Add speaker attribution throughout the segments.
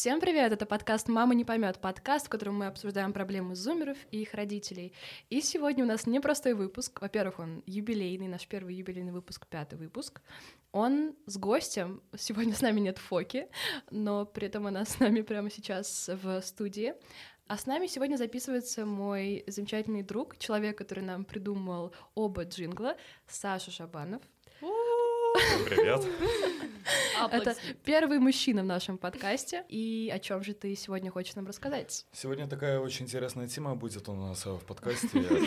Speaker 1: Всем привет! Это подкаст «Мама не поймет», подкаст, в котором мы обсуждаем проблемы зумеров и их родителей. И сегодня у нас непростой выпуск. Во-первых, он юбилейный, наш первый юбилейный выпуск, 5-й выпуск. Он с гостем. Сегодня с нами нет Фоки, но при этом она с нами прямо сейчас в студии. А с нами сегодня записывается мой замечательный друг, человек, который нам придумал оба джингла, Саша Шабанов.
Speaker 2: Привет.
Speaker 1: Это первый мужчина в нашем подкасте. И о чем же ты сегодня хочешь нам рассказать?
Speaker 2: Сегодня такая очень интересная тема будет у нас в подкасте.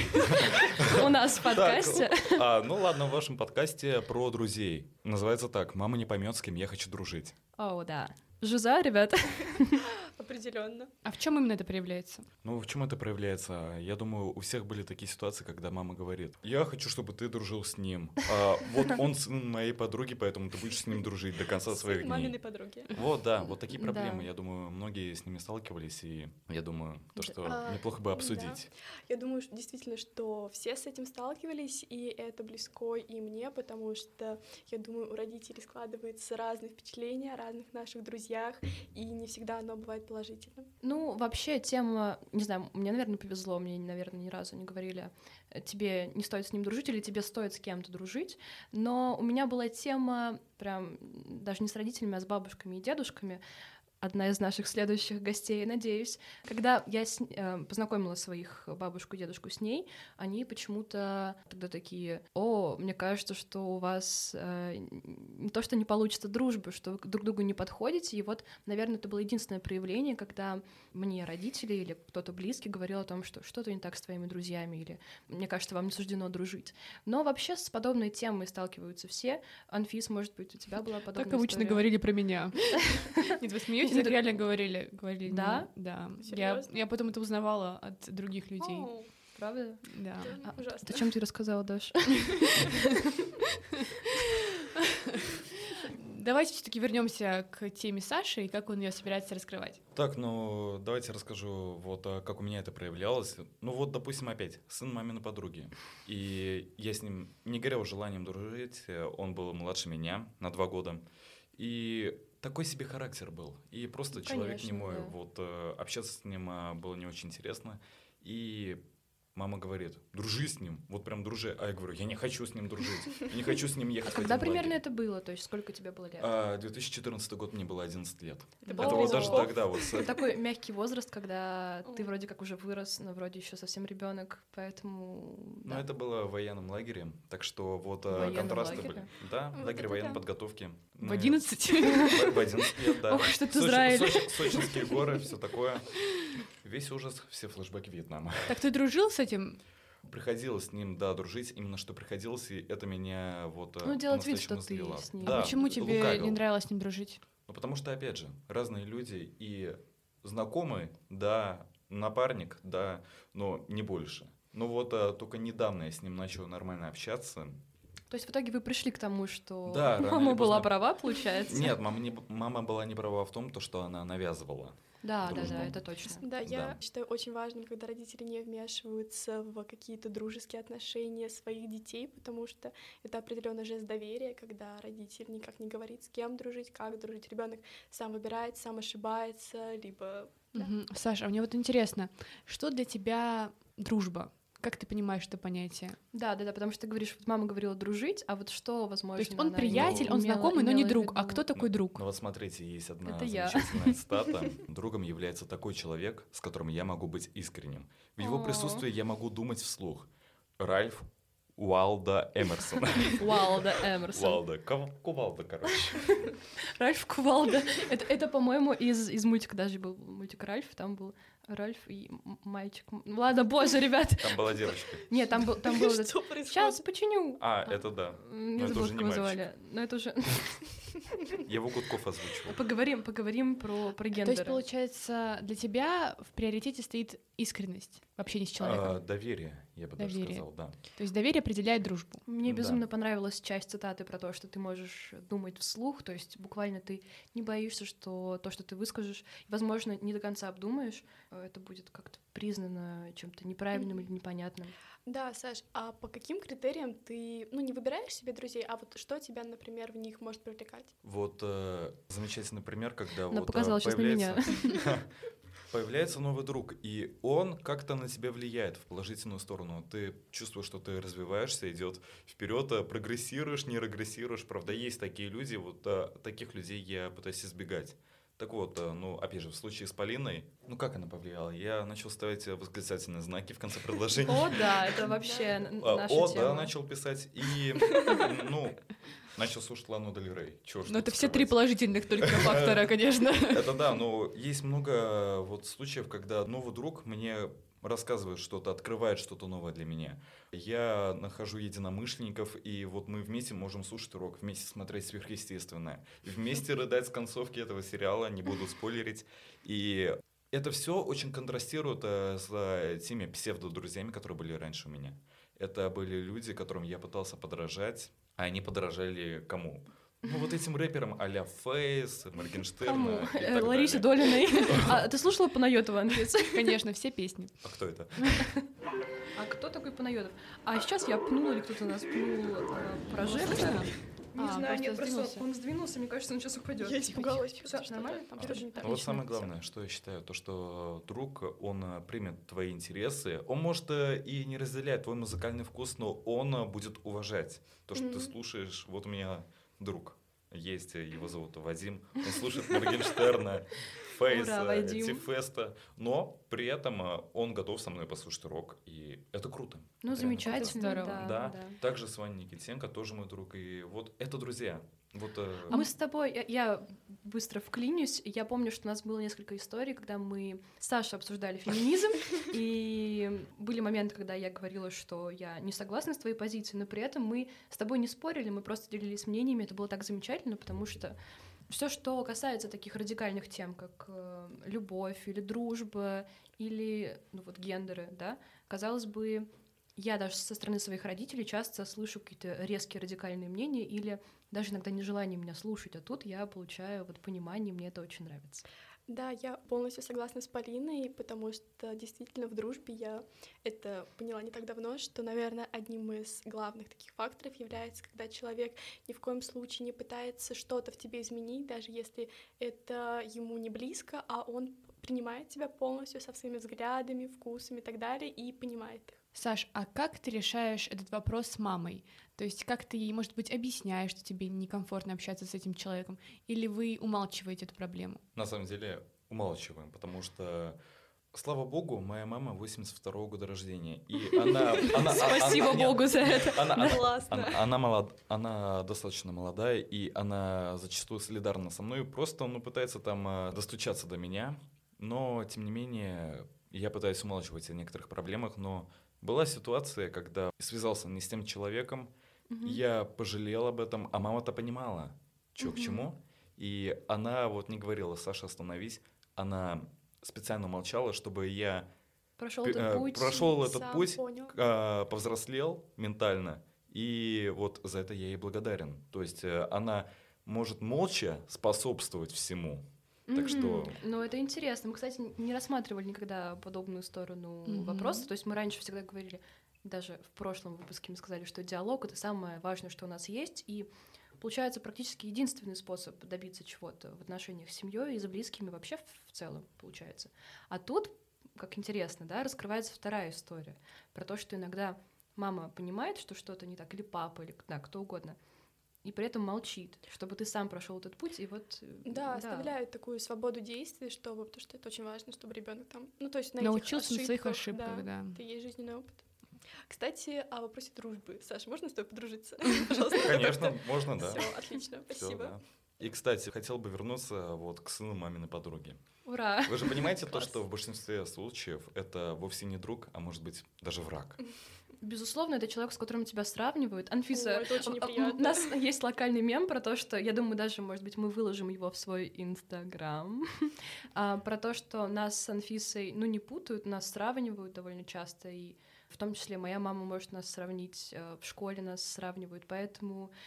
Speaker 1: У нас в подкасте?
Speaker 2: Ну ладно, в вашем подкасте про друзей. Называется так: «Мама не поймет, с кем я хочу дружить».
Speaker 1: О, да. Жиза, ребята.
Speaker 3: Определенно.
Speaker 4: А в чем именно это проявляется?
Speaker 2: Ну, в чем это проявляется? Я думаю, у всех были такие ситуации, когда мама говорит: я хочу, чтобы ты дружил с ним. Вот он сын моей подруги, поэтому ты будешь с ним дружить до конца своих дней.
Speaker 3: Маминой подруги.
Speaker 2: Вот, да, вот такие проблемы.
Speaker 1: Да.
Speaker 2: Я думаю, многие с ними сталкивались, и я думаю, что неплохо бы обсудить.
Speaker 3: Да. Я думаю, что действительно, что все с этим сталкивались, и это близко и мне, потому что, я думаю, у родителей складываются разные впечатления о разных наших друзьях, и не всегда оно бывает положительным.
Speaker 1: Ну, вообще, тема, не знаю, мне, наверное, повезло, мне, наверное, ни разу не говорили, тебе не стоит с ним дружить или тебе стоит с кем-то дружить, но у меня была тема прям даже не с родителями, а с бабушками и дедушками, одна из наших следующих гостей, надеюсь. Когда я познакомила своих бабушку и дедушку с ней, они почему-то тогда такие: о, мне кажется, что у вас не то, что не получится дружбы, что вы друг другу не подходите. И вот, наверное, это было единственное проявление, когда мне родители или кто-то близкий говорил о том, что что-то не так с твоими друзьями, или мне кажется, вам не суждено дружить. Но вообще с подобной темой сталкиваются все. Анфис, может быть, у тебя была подобная
Speaker 4: Так обычно
Speaker 1: история?
Speaker 4: говорили про меня. Нет, вы смеетесь, так реально говорили.
Speaker 1: Да?
Speaker 4: Да.
Speaker 3: Серьёзно?
Speaker 4: Я потом это узнавала от других людей.
Speaker 3: О,
Speaker 1: Правда?
Speaker 4: Да.
Speaker 3: это ужасно.
Speaker 1: О чем ты рассказала, Даш?
Speaker 4: Давайте все-таки вернемся к теме Саши и как он ее собирается раскрывать.
Speaker 2: Так, ну, давайте расскажу, вот как у меня это проявлялось. Ну, вот, допустим, опять, сын маминой подруги. И я с ним не горел желанием дружить, он был младше меня на 2 года. И такой себе характер был. И просто человек
Speaker 1: Конечно,
Speaker 2: не мой.
Speaker 1: да.
Speaker 2: Вот общаться с ним было не очень интересно. И мама говорит: дружи с ним, вот прям дружи. А я говорю: я не хочу с ним дружить, я не хочу с ним ехать в
Speaker 1: Когда
Speaker 2: один
Speaker 1: примерно
Speaker 2: лагерь.
Speaker 1: это было? То есть сколько тебе было лет?
Speaker 2: 2014 год, мне было 11 лет.
Speaker 3: Это
Speaker 1: был
Speaker 2: Это вот
Speaker 1: О.
Speaker 2: даже тогда вот.
Speaker 1: Это такой мягкий возраст, когда ты вроде как уже вырос, но вроде еще совсем ребенок, поэтому.
Speaker 2: Ну,
Speaker 1: Да.
Speaker 2: это было в военном лагере, так что вот
Speaker 1: военном
Speaker 2: контрасты
Speaker 1: лагере?
Speaker 2: были. Да,
Speaker 3: Вот
Speaker 2: лагерь
Speaker 3: это
Speaker 2: военной
Speaker 3: да.
Speaker 2: подготовки.
Speaker 4: В 11?
Speaker 2: В 11 лет, да.
Speaker 1: Ох, что ты Израиль.
Speaker 2: Сочинские горы, все такое. Весь ужас, все флешбеки Вьетнама.
Speaker 4: Так ты дружил с этим?
Speaker 2: Приходилось с ним, да, дружить, именно что приходилось, и это меня вот
Speaker 1: Ну, делать вид, что
Speaker 2: по-настоящему
Speaker 1: ты
Speaker 2: злило.
Speaker 1: с ним.
Speaker 2: Да,
Speaker 4: А почему тебе
Speaker 2: лукавил.
Speaker 4: не нравилось с ним дружить?
Speaker 2: Ну, потому что, опять же, разные люди, и знакомый, да, напарник, да, но не больше. Ну вот только недавно я с ним начал нормально общаться.
Speaker 1: То есть в итоге вы пришли к тому, что
Speaker 2: Да, рано
Speaker 1: мама
Speaker 2: или
Speaker 1: была
Speaker 2: поздно.
Speaker 1: права, получается?
Speaker 2: Нет, мама была не права в том, что она навязывала.
Speaker 1: Да,
Speaker 2: дружбу.
Speaker 1: это точно.
Speaker 3: Да, я
Speaker 2: Да.
Speaker 3: считаю очень важным, когда родители не вмешиваются в какие-то дружеские отношения своих детей, потому что это определенный жест доверия, когда родитель никак не говорит, с кем дружить, как дружить. Ребенок сам выбирает, сам ошибается, либо... Да.
Speaker 4: Мгм. Саша, а мне вот интересно, что для тебя дружба? Как ты понимаешь это понятие?
Speaker 1: Да, потому что ты говоришь, вот мама говорила дружить, а вот что, возможно,
Speaker 4: То есть он
Speaker 1: она
Speaker 4: приятель, он
Speaker 1: имела
Speaker 4: знакомый, но не
Speaker 1: в
Speaker 4: друг.
Speaker 1: виду?
Speaker 4: А кто такой друг?
Speaker 2: Ну вот смотрите, есть одна
Speaker 1: Это я.
Speaker 2: замечательная цитата. Другом является такой человек, с которым я могу быть искренним. В его
Speaker 1: О.
Speaker 2: присутствии я могу думать вслух. Ральф Уалда Эмерсон.
Speaker 1: Уалда Эмерсон.
Speaker 2: Уалда. Кувалда, короче.
Speaker 1: Ральф Кувалда. Это, по-моему, из мультика даже был мультик Ральф, там был Ральф и мальчик. Ну ладно, боже, ребят.
Speaker 2: Там была девочка.
Speaker 1: Нет, там был этот...
Speaker 3: Что происходит?
Speaker 1: Сейчас починю.
Speaker 2: Это да.
Speaker 1: Не
Speaker 2: Но это
Speaker 1: забыла,
Speaker 2: уже
Speaker 1: как
Speaker 2: не
Speaker 1: его
Speaker 2: мальчик.
Speaker 1: звали. Но это уже...
Speaker 2: Я его Гудков озвучивал.
Speaker 1: Поговорим про
Speaker 4: То есть,
Speaker 1: гендеры.
Speaker 4: получается, для тебя в приоритете стоит искренность в общении с человеком?
Speaker 2: Доверие, я бы даже
Speaker 4: Доверие.
Speaker 2: сказал, да.
Speaker 4: То есть доверие определяет дружбу.
Speaker 1: Мне
Speaker 2: Да.
Speaker 1: безумно понравилась часть цитаты про то, что ты можешь думать вслух, то есть буквально ты не боишься, что то, что ты выскажешь, возможно, не до конца обдумаешь, это будет как-то признано чем-то неправильным или непонятным.
Speaker 3: Да, Саш, а по каким критериям ты, ну, не выбираешь себе друзей, а вот что тебя, например, в них может привлекать?
Speaker 2: Вот замечательный пример, когда
Speaker 1: Она
Speaker 2: вот
Speaker 1: показала сейчас на меня.
Speaker 2: появляется новый друг, и он как-то на тебя влияет в положительную сторону. Ты чувствуешь, что ты развиваешься, идет вперед, прогрессируешь, не регрессируешь. Правда, есть такие люди, вот таких людей я пытаюсь избегать. Так вот, ну, опять же, в случае с Полиной, ну, как она повлияла? Я начал ставить восклицательные знаки в конце предложения.
Speaker 1: О, да, это вообще наша
Speaker 2: О,
Speaker 1: тема.
Speaker 2: да, начал писать. И, ну, начал слушать Лану Дель Рей. Чего ж
Speaker 4: Ну,
Speaker 2: тут
Speaker 4: это все 3
Speaker 2: скрывать.
Speaker 4: положительных только фактора, конечно.
Speaker 2: Это да, но есть много вот случаев, когда новый друг мне рассказывает что-то, открывает что-то новое для меня. Я нахожу единомышленников, и вот мы вместе можем слушать рок, вместе смотреть сверхъестественное, вместе рыдать с концовки этого сериала, не буду спойлерить. И это все очень контрастирует с теми псевдо-друзьями, которые были раньше у меня. Это были люди, которым я пытался подражать, а они подражали кому? Ну, вот этим рэперам а-ля Фейс, Моргенштерна и так
Speaker 1: Ларисе
Speaker 2: далее.
Speaker 1: Долиной. А ты слушала Панайотова, Анфиса?
Speaker 4: Конечно, все песни.
Speaker 2: А кто это?
Speaker 1: А кто такой Панайотов? А сейчас я пнула, или кто-то нас пнул прожектор.
Speaker 4: Слышно?
Speaker 1: Не знаю, нет, просто
Speaker 4: сдвинулся.
Speaker 1: он сдвинулся, мне кажется, он сейчас упадет.
Speaker 3: Я испугалась,
Speaker 1: Всё,
Speaker 3: что что-то
Speaker 1: нормально?
Speaker 3: там
Speaker 1: А,
Speaker 3: что-то не так.
Speaker 2: Ну вот
Speaker 1: Отлично,
Speaker 2: самое
Speaker 1: всё.
Speaker 2: главное, что я считаю, то что друг, он примет твои интересы, он может и не разделяет твой музыкальный вкус, но он будет уважать то, что ты слушаешь. Вот у меня друг есть, его зовут Вадим, он слушает Моргенштерна,
Speaker 1: Ура,
Speaker 2: Фейса,
Speaker 1: Вадим.
Speaker 2: Тифеста, но при этом он готов со мной послушать рок, и это круто.
Speaker 1: Ну,
Speaker 2: Это реально круто.
Speaker 1: замечательно,
Speaker 4: здорово.
Speaker 1: да,
Speaker 2: Да,
Speaker 1: да.
Speaker 2: также с Ваней Никитенко, тоже мой друг, и вот это друзья. Вот,
Speaker 1: А мы с тобой, я быстро вклинюсь, я помню, что у нас было несколько историй, когда мы с Сашей обсуждали феминизм, и были моменты, когда я говорила, что я не согласна с твоей позицией, но при этом мы с тобой не спорили, мы просто делились мнениями, это было так замечательно, потому что все, что касается таких радикальных тем, как любовь или дружба, или ну, вот гендеры, да, казалось бы, я даже со стороны своих родителей часто слышу какие-то резкие радикальные мнения или даже иногда нежелание меня слушать, а тут я получаю вот понимание, мне это очень нравится.
Speaker 3: Да, я полностью согласна с Полиной, потому что действительно в дружбе я это поняла не так давно, что, наверное, одним из главных таких факторов является, когда человек ни в коем случае не пытается что-то в тебе изменить, даже если это ему не близко, а он принимает тебя полностью со своими взглядами, вкусами и так далее и понимает их.
Speaker 4: Саш, а как ты решаешь этот вопрос с мамой? То есть как ты ей, может быть, объясняешь, что тебе некомфортно общаться с этим человеком, или вы умалчиваете эту проблему?
Speaker 2: на самом деле умалчиваем, потому что, слава богу, моя мама 82-го года рождения, и она...
Speaker 1: Спасибо Богу за это.
Speaker 3: Классно.
Speaker 2: Она достаточно молодая, и она зачастую солидарна со мной, просто пытается там достучаться до меня, но, тем не менее, я пытаюсь умалчивать о некоторых проблемах, но была ситуация, когда связался не с тем человеком, я пожалел об этом, а мама-то понимала, что к чему, и она вот не говорила: Саша, остановись, она специально молчала, чтобы я
Speaker 1: Прошел этот путь.
Speaker 2: прошел этот
Speaker 3: Сам
Speaker 2: путь,
Speaker 3: понял.
Speaker 2: повзрослел ментально, и вот за это я ей благодарен. То есть она может молча способствовать всему. Так что...
Speaker 1: Ну, это интересно. Мы, кстати, не рассматривали никогда подобную сторону вопроса. То есть мы раньше всегда говорили, даже в прошлом выпуске мы сказали, что диалог — это самое важное, что у нас есть, и получается практически единственный способ добиться чего-то в отношениях с семьей и с близкими вообще в целом, получается. А тут, как интересно, да, раскрывается вторая история про то, что иногда мама понимает, что что-то не так, или папа, или да, кто угодно, и при этом молчит, чтобы ты сам прошел этот путь, и вот...
Speaker 3: Да, оставляет такую свободу действий, чтобы, потому что это очень важно, чтобы ребенок там, ну, то есть на
Speaker 4: Научился
Speaker 3: этих
Speaker 4: на своих ошибках, да.
Speaker 3: Это и есть жизненный опыт. Кстати, о вопросе дружбы. Саша, можно с тобой подружиться? Пожалуйста.
Speaker 2: Конечно, можно, да.
Speaker 3: Все, отлично,
Speaker 2: Всё,
Speaker 3: спасибо.
Speaker 2: да. И, кстати, хотел бы вернуться вот к сыну маминой подруги.
Speaker 1: Ура!
Speaker 2: Вы же понимаете то,
Speaker 3: Класс.
Speaker 2: что в большинстве случаев это вовсе не друг, а может быть даже враг.
Speaker 1: Безусловно, это человек, с которым тебя сравнивают. Анфиса,
Speaker 3: О, это очень
Speaker 1: у
Speaker 3: неприятно.
Speaker 1: нас есть локальный мем про то, что, я думаю, даже, может быть, мы выложим его в свой Инстаграм, про то, что нас с Анфисой, ну, не путают, нас сравнивают довольно часто, и в том числе моя мама может нас сравнить, в школе нас сравнивают, поэтому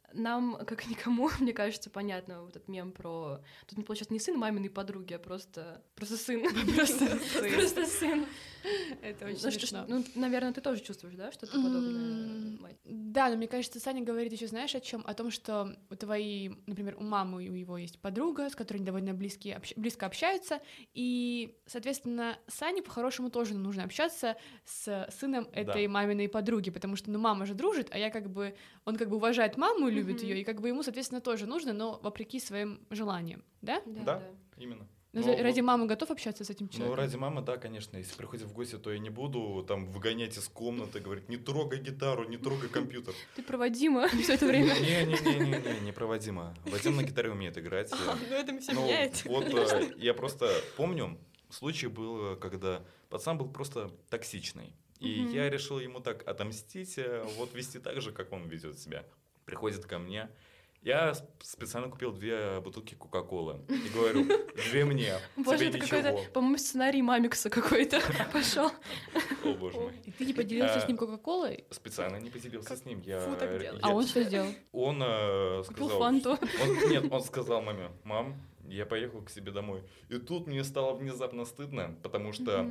Speaker 1: нам, как никому, мне кажется, понятно вот этот мем про... Тут, получается, не сын маминой подруги, а просто сын. Просто сын.
Speaker 4: Это очень
Speaker 1: Ну,
Speaker 4: смешно.
Speaker 1: наверное, ты тоже чувствуешь, да, что-то подобное, Мать?
Speaker 4: Да, но мне кажется, Саня говорит еще, знаешь, о чем? О том, что у твоей, например, у мамы у его есть подруга, с которой они довольно близко общаются, и, соответственно, Сане по-хорошему тоже нужно общаться с сыном этой маминой подруги, потому что, мама же дружит, а он уважает маму, любит ее, и ему, соответственно, тоже нужно, но вопреки своим желаниям, да?
Speaker 2: Да, именно.
Speaker 4: Ради мамы готов общаться с этим человеком?
Speaker 2: Ну, ради мамы, да, конечно. Если приходит в гости, то я не буду там выгонять из комнаты, говорить, не трогай гитару, не трогай компьютер.
Speaker 1: Ты проводима все это время.
Speaker 2: Не проводима. Вадим на гитаре умеет играть.
Speaker 3: Ну, это все меняет.
Speaker 2: Вот я просто помню, случай был, когда пацан был просто токсичный. И я решил ему так отомстить, вот вести так же, как он ведет себя. Приходит ко мне. Я специально купил 2 бутылки Кока-Колы и говорю, 2 мне,
Speaker 1: Боже,
Speaker 2: тебе
Speaker 1: это
Speaker 2: ничего.
Speaker 1: какой-то, по-моему, сценарий Мамикса какой-то пошел.
Speaker 2: О, боже мой.
Speaker 4: И ты не поделился с ним Кока-Колой?
Speaker 2: Специально не поделился с ним.
Speaker 3: Фу, так делать.
Speaker 4: А он что сделал?
Speaker 2: Он
Speaker 1: Купил
Speaker 2: сказал...
Speaker 1: фанту.
Speaker 2: Он сказал маме, мам, я поехал к себе домой. И тут мне стало внезапно стыдно, потому что,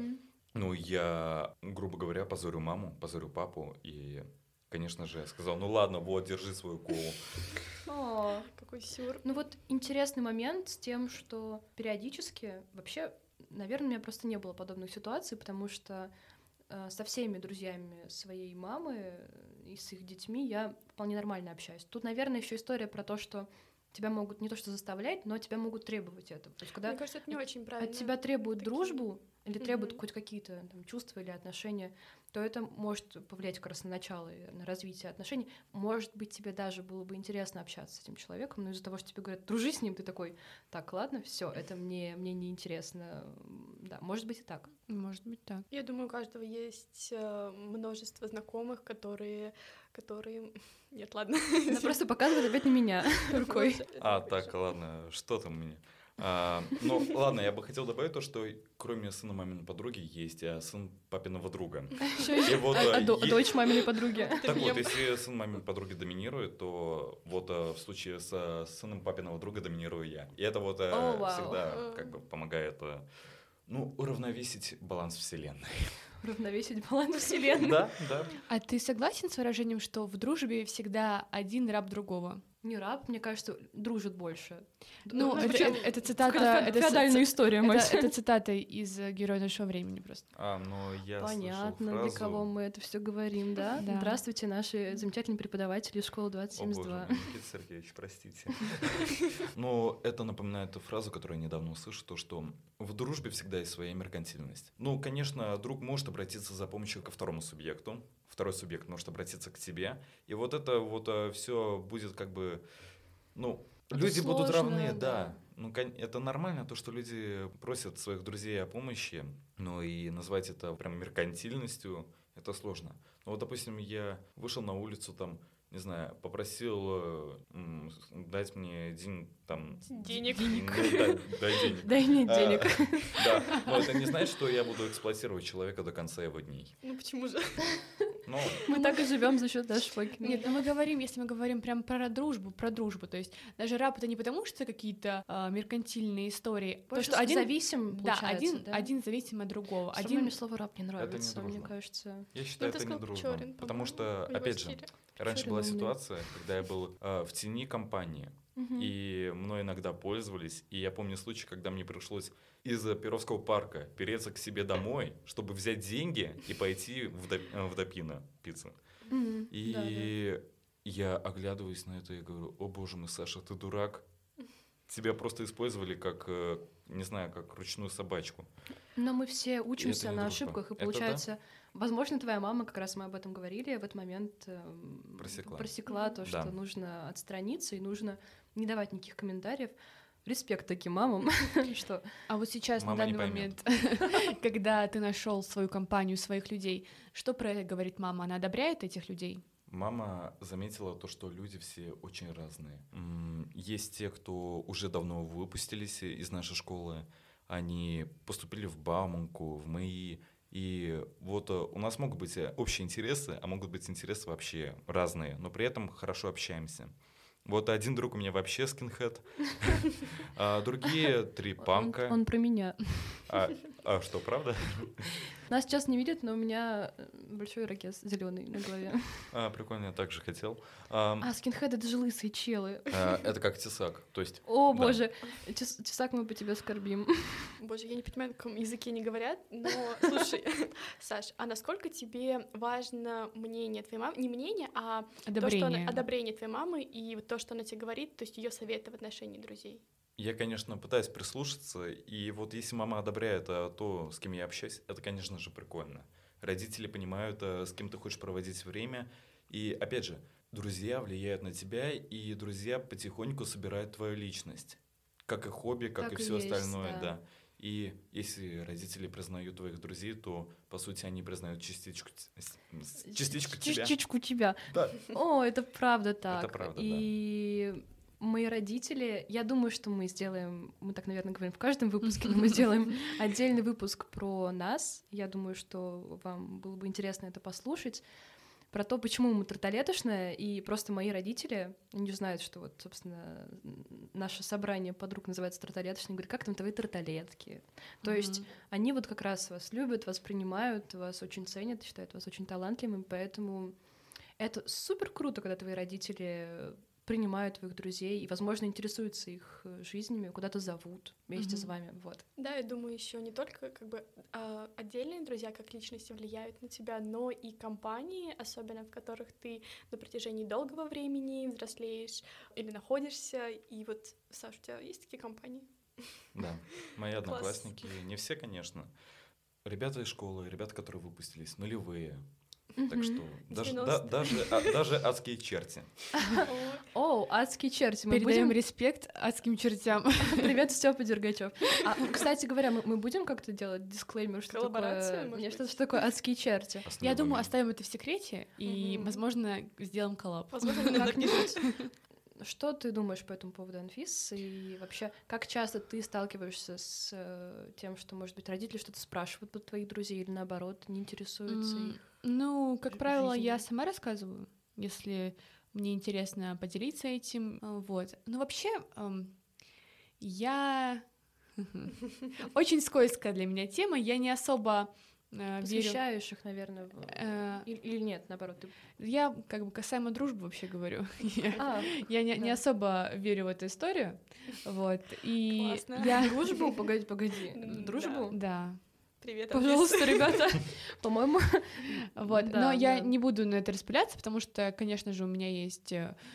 Speaker 2: я, грубо говоря, позорю маму, позорю папу. И, конечно же, я сказал, ладно, вот, держи свою колу.
Speaker 1: О,
Speaker 3: какой сюр.
Speaker 1: Ну вот интересный момент с тем, что периодически, вообще, наверное, у меня просто не было подобных ситуаций, потому что со всеми друзьями своей мамы и с их детьми я вполне нормально общаюсь. Тут, наверное, еще история про то, что тебя могут не то что заставлять, но тебя могут требовать этого. То есть, когда
Speaker 3: Мне кажется, это не очень правильно.
Speaker 1: от тебя требуют
Speaker 3: такие.
Speaker 1: дружбу или требуют хоть какие-то там чувства или отношения, то это может повлиять как раз на начало и на развитие отношений. Может быть, тебе даже было бы интересно общаться с этим человеком, но из-за того, что тебе говорят, дружи с ним, ты такой, так, ладно, все, это мне не интересно. Да, может быть и так.
Speaker 4: Может быть так.
Speaker 3: Я думаю, у каждого есть множество знакомых, которые... Нет, ладно.
Speaker 1: Она просто показывает опять на меня рукой.
Speaker 2: Так, ладно, что там у меня? Ладно, я бы хотел добавить то, что кроме сына маминой подруги есть сын папиного друга.
Speaker 1: Дочь маминой подруги.
Speaker 2: Так вот, если сын маминой подруги доминирует, то вот в случае с сыном папиного друга доминирую я. И это вот всегда помогает уравновесить баланс вселенной.
Speaker 1: Уравновесить баланс вселенной.
Speaker 2: Да.
Speaker 4: А ты согласен с выражением, что в дружбе всегда один раб другого?
Speaker 1: Не раб, мне кажется, дружит больше.
Speaker 4: Это цитата...
Speaker 1: Это феодальная история, мать.
Speaker 4: Это цитата из «Героя нашего времени» просто.
Speaker 2: Я
Speaker 1: Понятно,
Speaker 2: слышал фразу...
Speaker 1: для кого мы это все говорим, да?
Speaker 4: Да.
Speaker 1: Здравствуйте, наши замечательные преподаватели из школы
Speaker 2: О,
Speaker 1: 2072.
Speaker 2: боже, Никита Сергеевич, простите. Это напоминает ту фразу, которую я недавно услышал, то, что в дружбе всегда есть своя меркантильность. Конечно, друг может обратиться за помощью ко второму субъекту, второй субъект может обратиться к тебе, и вот это все будет люди будут равны, да. Это нормально, то, что люди просят своих друзей о помощи, но и назвать это прям меркантильностью, это сложно. Допустим, я вышел на улицу, не знаю, попросил дать мне денег. Дай денег.
Speaker 1: Дай мне денег.
Speaker 2: Да, но это не значит, что я буду эксплуатировать человека до конца его дней.
Speaker 3: Почему же?
Speaker 1: Мы так и живем за счет Даши Фокиной.
Speaker 4: Нет, если мы говорим прям про дружбу, то есть даже раб это не потому, что какие-то меркантильные истории,
Speaker 1: то, что один зависим, получается,
Speaker 4: один зависим от другого.
Speaker 1: Мне слово раб не нравится,
Speaker 2: это не
Speaker 1: мне кажется.
Speaker 2: Я считаю, это не дружно, потому что, опять же, раньше была ситуация, когда я был в тени компании, и мной иногда пользовались, и я помню случай, когда мне пришлось из Перовского парка переться к себе домой, чтобы взять деньги и пойти в Допино пиццу. И я оглядываюсь на это и говорю, о боже мой, Саша, ты дурак? Тебя просто использовали как, не знаю, как ручную собачку.
Speaker 1: Но мы все учимся на ошибках, и получается, возможно, твоя мама, как раз мы об этом говорили, в этот момент просекла то, что нужно отстраниться и нужно не давать никаких комментариев. Респект таким мамам. Что?
Speaker 4: А вот сейчас, на данный момент, когда ты нашел свою компанию, своих людей, что про это говорит мама? Она одобряет этих людей?
Speaker 2: Мама заметила то, что люди все очень разные. Есть те, кто уже давно выпустились из нашей школы, они поступили в Бауманку, в МАИ, и вот у нас могут быть общие интересы, а могут быть интересы вообще разные, но при этом хорошо общаемся. Вот один друг у меня вообще скинхед, а другие 3 панка.
Speaker 1: Он про меня.
Speaker 2: А что, правда?
Speaker 1: Нас сейчас не видят, но у меня большой ирокез зеленый на голове.
Speaker 2: Прикольно, я так же хотел.
Speaker 1: Скинхеды — это же лысые челы.
Speaker 2: Это как тесак, то есть...
Speaker 1: О,
Speaker 2: да.
Speaker 1: боже, Тесак, мы по тебе скорбим.
Speaker 3: Боже, я не понимаю, на каком языке они говорят, но слушай, Саш, а насколько тебе важно мнение твоей мамы? Не мнение, а то, что одобрение твоей мамы и вот то, что она тебе говорит, то есть ее советы в отношении друзей?
Speaker 2: Я, конечно, пытаюсь прислушаться, и вот если мама одобряет то, с кем я общаюсь, это, конечно же, прикольно. Родители понимают, с кем ты хочешь проводить время, и, опять же, друзья влияют на тебя, и друзья потихоньку собирают твою личность, как и хобби, как и все остальное, да. И если родители признают твоих друзей, то, по сути, они признают частичку тебя.
Speaker 1: Частичку тебя.
Speaker 2: Да.
Speaker 1: О, это правда так.
Speaker 2: Это правда,
Speaker 1: и мои родители, я думаю, что мы так, наверное, говорим в каждом выпуске, но мы сделаем отдельный выпуск про нас. Я думаю, что вам было бы интересно это послушать. Про то, почему мы тарталеточная, и просто мои родители, они знают, что вот, собственно, наше собрание подруг называется тарталеточной, говорят, как там твои тарталетки? То есть они вот как раз вас любят, вас принимают, вас очень ценят, считают вас очень талантливыми, поэтому это супер круто, когда твои родители принимают твоих друзей и, возможно, интересуются их жизнями, куда-то зовут вместе с вами, вот.
Speaker 3: Да, я думаю, еще не только отдельные друзья как личности влияют на тебя, но и компании, особенно в которых ты на протяжении долгого времени взрослеешь или находишься. И вот, Саш, у тебя есть такие компании?
Speaker 2: Да, мои одноклассники, не все, конечно. Ребята из школы, ребята, которые выпустились, нулевые. Так что даже адские черти.
Speaker 1: О, адские черти.
Speaker 4: Мы передаем респект адским чертям.
Speaker 1: Привет, Степа Дергачев. Кстати говоря, мы будем как-то делать дисклеймер, что такое адские черти?
Speaker 4: Я думаю, оставим это в секрете и, возможно, сделаем коллаб.
Speaker 3: Возможно, как-нибудь.
Speaker 1: Что ты думаешь по этому поводу, Анфис? И вообще, как часто ты сталкиваешься с тем, что, может быть, родители что-то спрашивают про твоих друзей или, наоборот, не интересуются их?
Speaker 4: Ну, как правило, я сама рассказываю, если мне интересно поделиться этим. Вот. Ну, вообще, я... Очень скользкая для меня тема, я не особо...
Speaker 1: Посвящаешь их, наверное, или нет, наоборот?
Speaker 4: Я как бы касаемо дружбы вообще говорю. Я не особо верю в эту историю. Вот. И
Speaker 3: я
Speaker 1: дружбу? Погоди. Дружбу?
Speaker 4: Да.
Speaker 3: Привет,
Speaker 1: пожалуйста, ребята. По-моему.
Speaker 4: Вот. Но я не буду на это распыляться, потому что, конечно же, у меня есть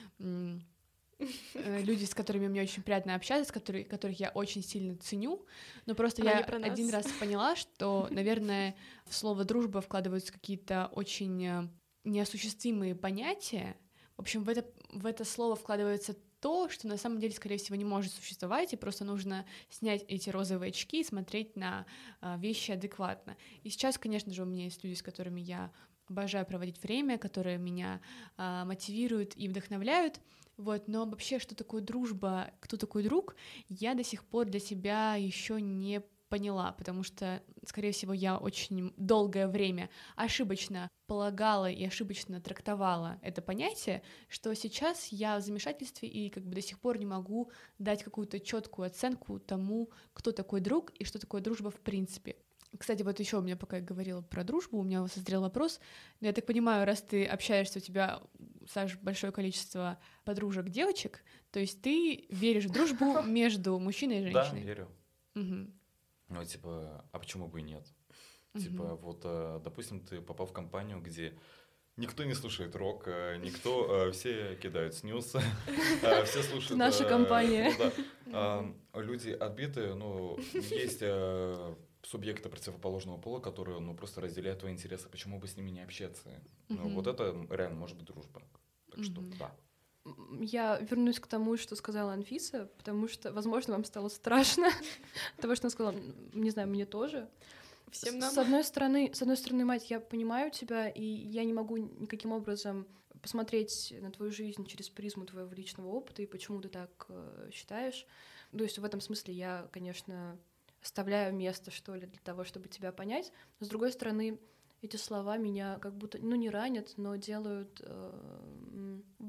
Speaker 4: люди, с которыми мне очень приятно общаться, которых я очень сильно ценю, но просто я один раз поняла, что, наверное, в слово «дружба» вкладываются какие-то очень неосуществимые понятия. В общем, в это слово вкладывается то, что на самом деле, скорее всего, не может существовать, и просто нужно снять эти розовые очки и смотреть на вещи адекватно. И сейчас, конечно же, у меня есть люди, с которыми я обожаю проводить время, которые меня мотивируют и вдохновляют. Вот, но вообще, что такое дружба, кто такой друг, я до сих пор для себя еще не поняла, потому что, скорее всего, я очень долгое время ошибочно полагала и ошибочно трактовала это понятие, что сейчас я в замешательстве и как бы до сих пор не могу дать какую-то четкую оценку тому, кто такой друг и что такое дружба в принципе. Кстати, вот еще у меня, пока я говорила про дружбу, у меня созрел вопрос. Но я так понимаю, раз ты общаешься, у тебя, Саш, большое количество подружек девочек, то есть ты веришь в дружбу между мужчиной и женщиной?
Speaker 2: Да, верю. Ну, типа, а почему бы и нет? Типа, вот, допустим, ты попал в компанию, где никто не слушает рок, все кидают снюс, все слушают...
Speaker 1: Наша компания.
Speaker 2: Люди отбитые, есть... субъекты противоположного пола, которые, просто разделяют твои интересы, почему бы с ними не общаться? Вот это реально может быть дружба. Так что, да.
Speaker 1: Я вернусь к тому, что сказала Анфиса, потому что, возможно, вам стало страшно того, что она сказала. Не знаю, мне тоже.
Speaker 3: Всем нам.
Speaker 1: С одной стороны, мать, я понимаю тебя, и я не могу никаким образом посмотреть на твою жизнь через призму твоего личного опыта и почему ты так считаешь. То есть в этом смысле я, конечно, оставляю место, что ли, для того, чтобы тебя понять. Но, с другой стороны, эти слова меня как будто, не ранят, но делают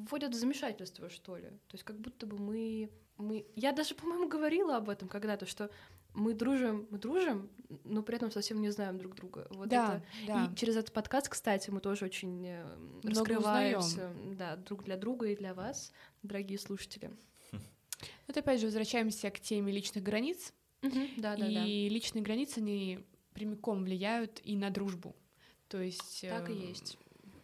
Speaker 1: вводят в замешательство, что ли. То есть как будто бы мы... Я даже, по-моему, говорила об этом когда-то, что мы дружим, но при этом совсем не знаем друг друга. Вот
Speaker 4: Да,
Speaker 1: это.
Speaker 4: да.
Speaker 1: И через этот подкаст, кстати, мы тоже очень
Speaker 4: Много
Speaker 1: раскрываемся, да, друг для друга и для вас, дорогие слушатели.
Speaker 4: Вот опять же возвращаемся к теме личных границ.
Speaker 1: Да.
Speaker 4: И личные границы, они прямиком влияют и на дружбу. То есть...
Speaker 1: Так и есть.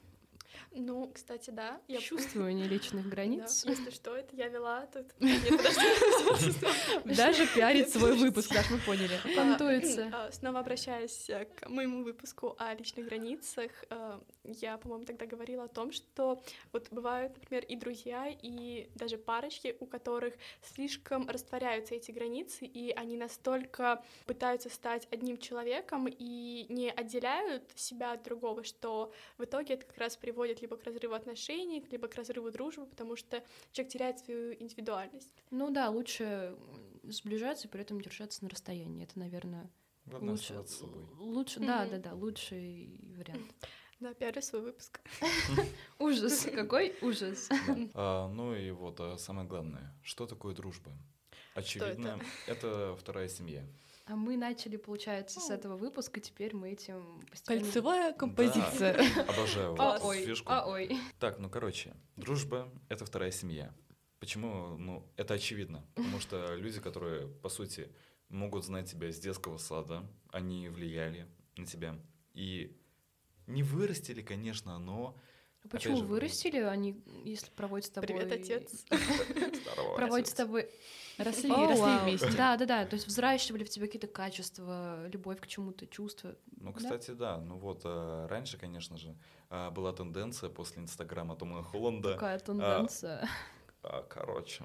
Speaker 3: Ну, кстати, да. Я
Speaker 1: Чувствование личных границ.
Speaker 3: Да, если что, это я вела тут. Нет, подожди.
Speaker 1: Даже пиарить свой выпуск, Даш, мы поняли. Понтуется.
Speaker 3: Снова обращаясь к моему выпуску о личных границах, я, по-моему, тогда говорила о том, что вот бывают, например, и друзья, и даже парочки, у которых слишком растворяются эти границы, и они настолько пытаются стать одним человеком и не отделяют себя от другого, что в итоге это как раз приводит либо к разрыву отношений, либо к разрыву дружбы, потому что человек теряет свою индивидуальность.
Speaker 1: Ну да, лучше сближаться и при этом держаться на расстоянии. Это, наверное,
Speaker 2: Главное оставаться с собой.
Speaker 1: лучше, да, лучший вариант.
Speaker 3: Да, пиарю свой выпуск.
Speaker 1: Ужас, какой ужас.
Speaker 2: Ну и вот самое главное, что такое дружба? Очевидно, это вторая семья.
Speaker 1: А мы начали, получается, с этого выпуска, теперь мы этим постепенно...
Speaker 4: Кольцевая композиция.
Speaker 2: Да, обожаю вот эту фишку.
Speaker 1: ой.
Speaker 2: Так, ну короче, дружба — это вторая семья. Почему? Ну, это очевидно. Потому что люди, которые, по сути, могут знать тебя с детского сада, они влияли на тебя. И не вырастили, конечно, но...
Speaker 1: А почему
Speaker 2: же,
Speaker 1: вырастили они, если проводят с тобой...
Speaker 3: Привет, отец.
Speaker 2: Здорово,
Speaker 1: Проводят с
Speaker 2: отец.
Speaker 1: тобой...
Speaker 4: Росли
Speaker 1: Вау.
Speaker 4: вместе.
Speaker 1: Да, то есть взращивали в тебе какие-то качества, любовь к чему-то, чувства.
Speaker 2: Ну, кстати, да. Ну вот раньше, конечно же, была тенденция после Инстаграма Тома Холланда.
Speaker 1: Какая тенденция.
Speaker 2: Короче.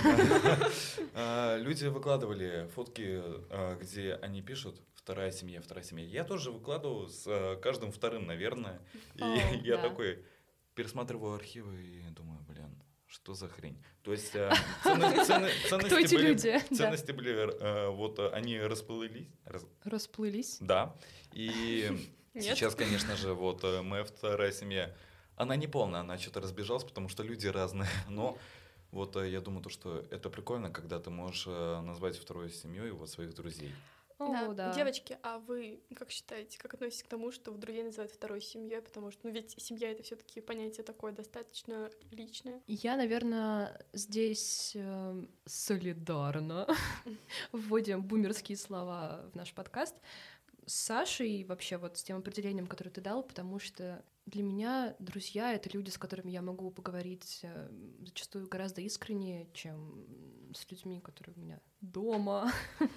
Speaker 2: Люди выкладывали фотки, где они пишут «вторая семья, вторая семья». Я тоже выкладываю с каждым вторым, наверное. И я такой пересматриваю архивы и думаю, блин, что за хрень? То есть
Speaker 1: Кто эти люди?
Speaker 2: ценности были, вот они расплылись.
Speaker 1: Расплылись.
Speaker 2: Да. И сейчас, конечно же, вот моя вторая семья, она не полная, она что-то разбежалась, потому что люди разные. Но вот я думаю, что это прикольно, когда ты можешь назвать второй семьей вот своих друзей.
Speaker 1: Да.
Speaker 3: Девочки, а вы как считаете, как относитесь к тому, что друзей называют второй семьей, потому что, ну, ведь семья — это все-таки понятие такое достаточно личное.
Speaker 1: Я, наверное, здесь солидарно вводим бумерские слова в наш подкаст с Сашей и вообще вот с тем определением, которое ты дал, потому что для меня друзья — это люди, с которыми я могу поговорить зачастую гораздо искреннее, чем с людьми, которые у меня дома.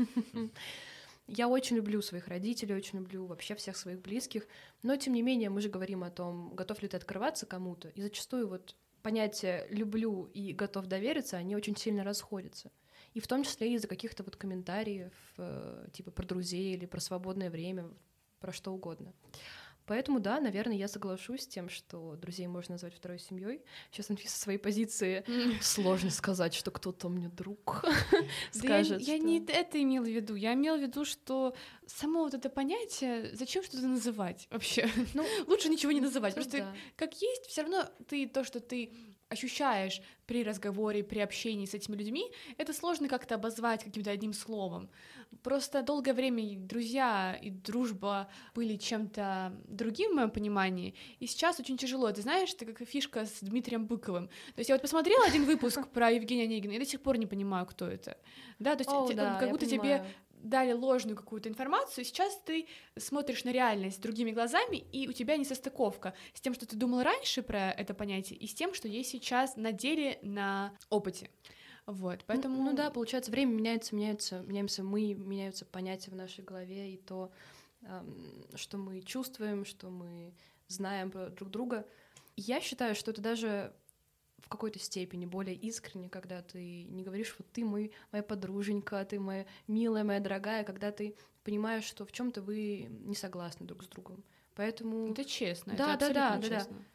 Speaker 1: Я очень люблю своих родителей, очень люблю вообще всех своих близких, но, тем не менее, мы же говорим о том, готов ли ты открываться кому-то, и зачастую вот понятия «люблю» и «готов довериться», они очень сильно расходятся. И в том числе из-за каких-то вот комментариев, типа про друзей или про свободное время, про что угодно. Поэтому, да, наверное, я соглашусь с тем, что друзей можно назвать второй семьей. Сейчас Анфиса со своей позиции сложно сказать, что кто-то мне друг скажет.
Speaker 4: Я не это имела в виду. Я имела в виду, что само вот это понятие, зачем что-то называть вообще? Ну, лучше ничего не называть. Просто как есть, все равно ты то, что ты ощущаешь при разговоре, при общении с этими людьми, это сложно как-то обозвать каким-то одним словом. Просто долгое время и друзья, и дружба были чем-то другим в моем понимании, и сейчас очень тяжело. Ты знаешь, это как фишка с Дмитрием Быковым. То есть я вот посмотрела один выпуск про Евгения Онегина, и до сих пор не понимаю, кто это. Да, то есть как будто тебе дали ложную какую-то информацию, и сейчас ты смотришь на реальность другими глазами, и у тебя несостыковка с тем, что ты думал раньше про это понятие, и с тем, что есть сейчас на деле, на опыте. Вот, поэтому...
Speaker 1: Ну да, получается, время меняемся мы, меняются понятия в нашей голове, и то, что мы чувствуем, что мы знаем про друг друга. Я считаю, что это даже в какой-то степени более искренне, когда ты не говоришь, вот ты моя подруженька, ты моя милая, моя дорогая, когда ты понимаешь, что в чем-то вы не согласны друг с другом. Поэтому...
Speaker 4: Это честно,
Speaker 1: да,
Speaker 4: это абсолютно честно.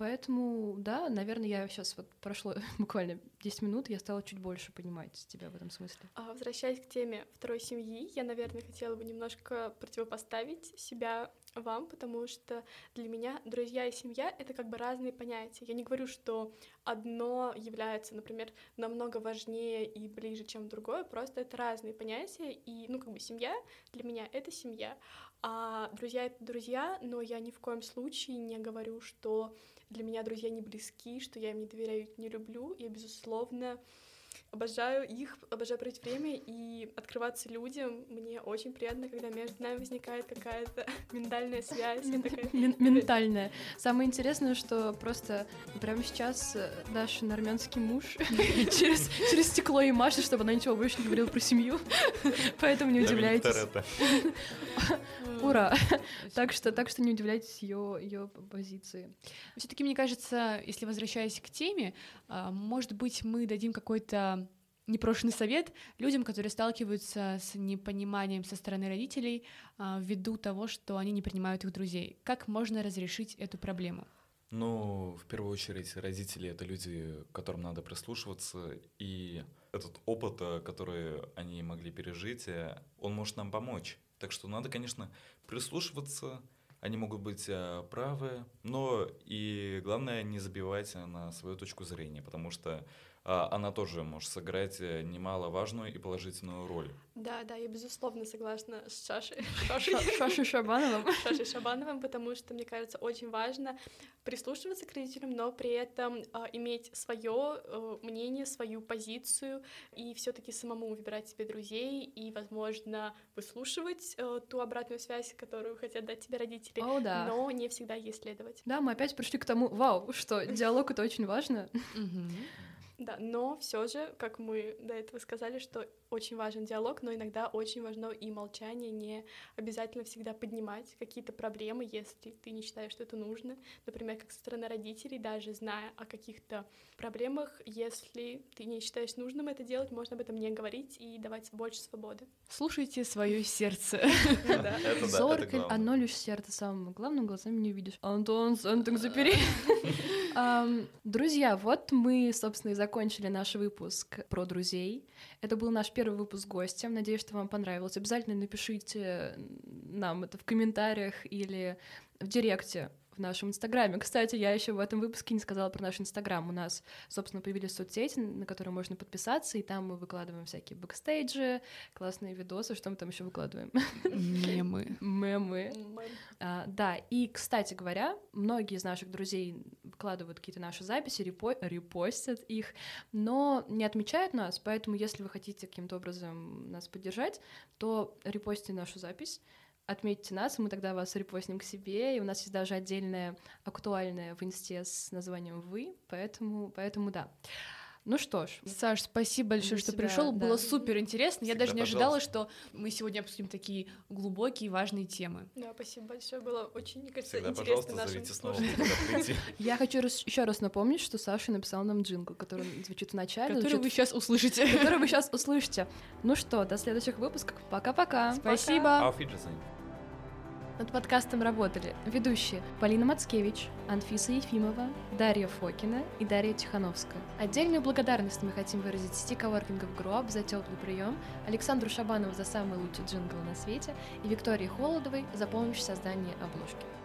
Speaker 1: Поэтому, да, наверное, я сейчас вот прошло буквально 10 минут, я стала чуть больше понимать тебя в этом смысле.
Speaker 3: Возвращаясь к теме второй семьи, я, наверное, хотела бы немножко противопоставить себя вам, потому что для меня друзья и семья — это как бы разные понятия. Я не говорю, что одно является, например, намного важнее и ближе, чем другое, просто это разные понятия, и, ну, как бы семья для меня — это семья, а друзья — это друзья, но я ни в коем случае не говорю, что для меня друзья не близки, что я им не доверяю, не люблю. Я, безусловно, обожаю их, обожаю проводить время и открываться людям. Мне очень приятно, когда между нами возникает какая-то ментальная связь.
Speaker 1: Ментальная. Самое интересное, что просто прямо сейчас Дашин армянский муж через стекло и машет, чтобы она ничего больше не говорила про семью. Поэтому не удивляйтесь. Ура! Так что не удивляйтесь ее позиции.
Speaker 4: Все-таки, мне кажется, если возвращаясь к теме, может быть, мы дадим какой-то непрошенный совет людям, которые сталкиваются с непониманием со стороны родителей ввиду того, что они не принимают их друзей. Как можно разрешить эту проблему?
Speaker 2: Ну, в первую очередь, родители — это люди, к которым надо прислушиваться, и этот опыт, который они могли пережить, он может нам помочь. Так что надо, конечно, прислушиваться, они могут быть правы, но и главное не забивать на свою точку зрения, потому что она тоже может сыграть немаловажную и положительную роль.
Speaker 3: Да, я безусловно согласна с Шашей Шабановым, потому что, мне кажется, очень важно прислушиваться к родителям, но при этом иметь свое мнение, свою позицию и все-таки самому выбирать себе друзей и, возможно, выслушивать ту обратную связь, которую хотят дать тебе родители, но не всегда ей следовать.
Speaker 1: Да, мы опять пришли к тому, что диалог — это очень важно.
Speaker 3: Да, но все же, как мы до этого сказали, что очень важен диалог, но иногда очень важно и молчание, не обязательно всегда поднимать какие-то проблемы, если ты не считаешь, что это нужно. Например, как со стороны родителей, даже зная о каких-то проблемах, если ты не считаешь нужным это делать, можно об этом не говорить и давать больше свободы.
Speaker 4: Слушайте свое сердце.
Speaker 1: Зоркель, оно лишь сердце самым главным глазами не увидишь. Антон Сент-Экзюпери. Друзья, вот мы, собственно, и закончили наш выпуск про друзей. Это был наш первый выпуск с гостем. Надеюсь, что вам понравилось. Обязательно напишите нам это в комментариях или в директе в нашем Инстаграме. Кстати, я еще в этом выпуске не сказала про наш Инстаграм. У нас, собственно, появились соцсети, на которые можно подписаться, и там мы выкладываем всякие бэкстейджи, классные видосы. Что мы там еще выкладываем? Мемы. Да, и, кстати говоря, многие из наших друзей выкладывают какие-то наши записи, репостят их, но не отмечают нас, поэтому если вы хотите каким-то образом нас поддержать, то репостите нашу запись, отметьте нас, мы тогда вас репостнем к себе, и у нас есть даже отдельная актуальная в инсте с названием «Вы», поэтому да. Ну что ж.
Speaker 4: Саш, спасибо большое, что пришел. Было супер интересно. Я даже не ожидала, что мы сегодня обсудим такие глубокие и важные темы.
Speaker 3: Да, спасибо большое. Было очень, мне кажется,
Speaker 2: всегда,
Speaker 3: интересно
Speaker 2: нашим
Speaker 3: слушателям.
Speaker 1: Я хочу еще раз напомнить, что Саша написал нам джингл, который звучит в начале.
Speaker 4: Который вы сейчас услышите.
Speaker 1: Ну что, до следующих выпусков. Пока-пока.
Speaker 4: Спасибо.
Speaker 1: Над подкастом работали ведущие Полина Мацкевич, Анфиса Ефимова, Дарья Фокина и Дарья Тихановская. Отдельную благодарность мы хотим выразить сети коворкингов Груап за теплый прием, Александру Шабанову за самый лучший джингл на свете и Виктории Холодовой за помощь в создании обложки.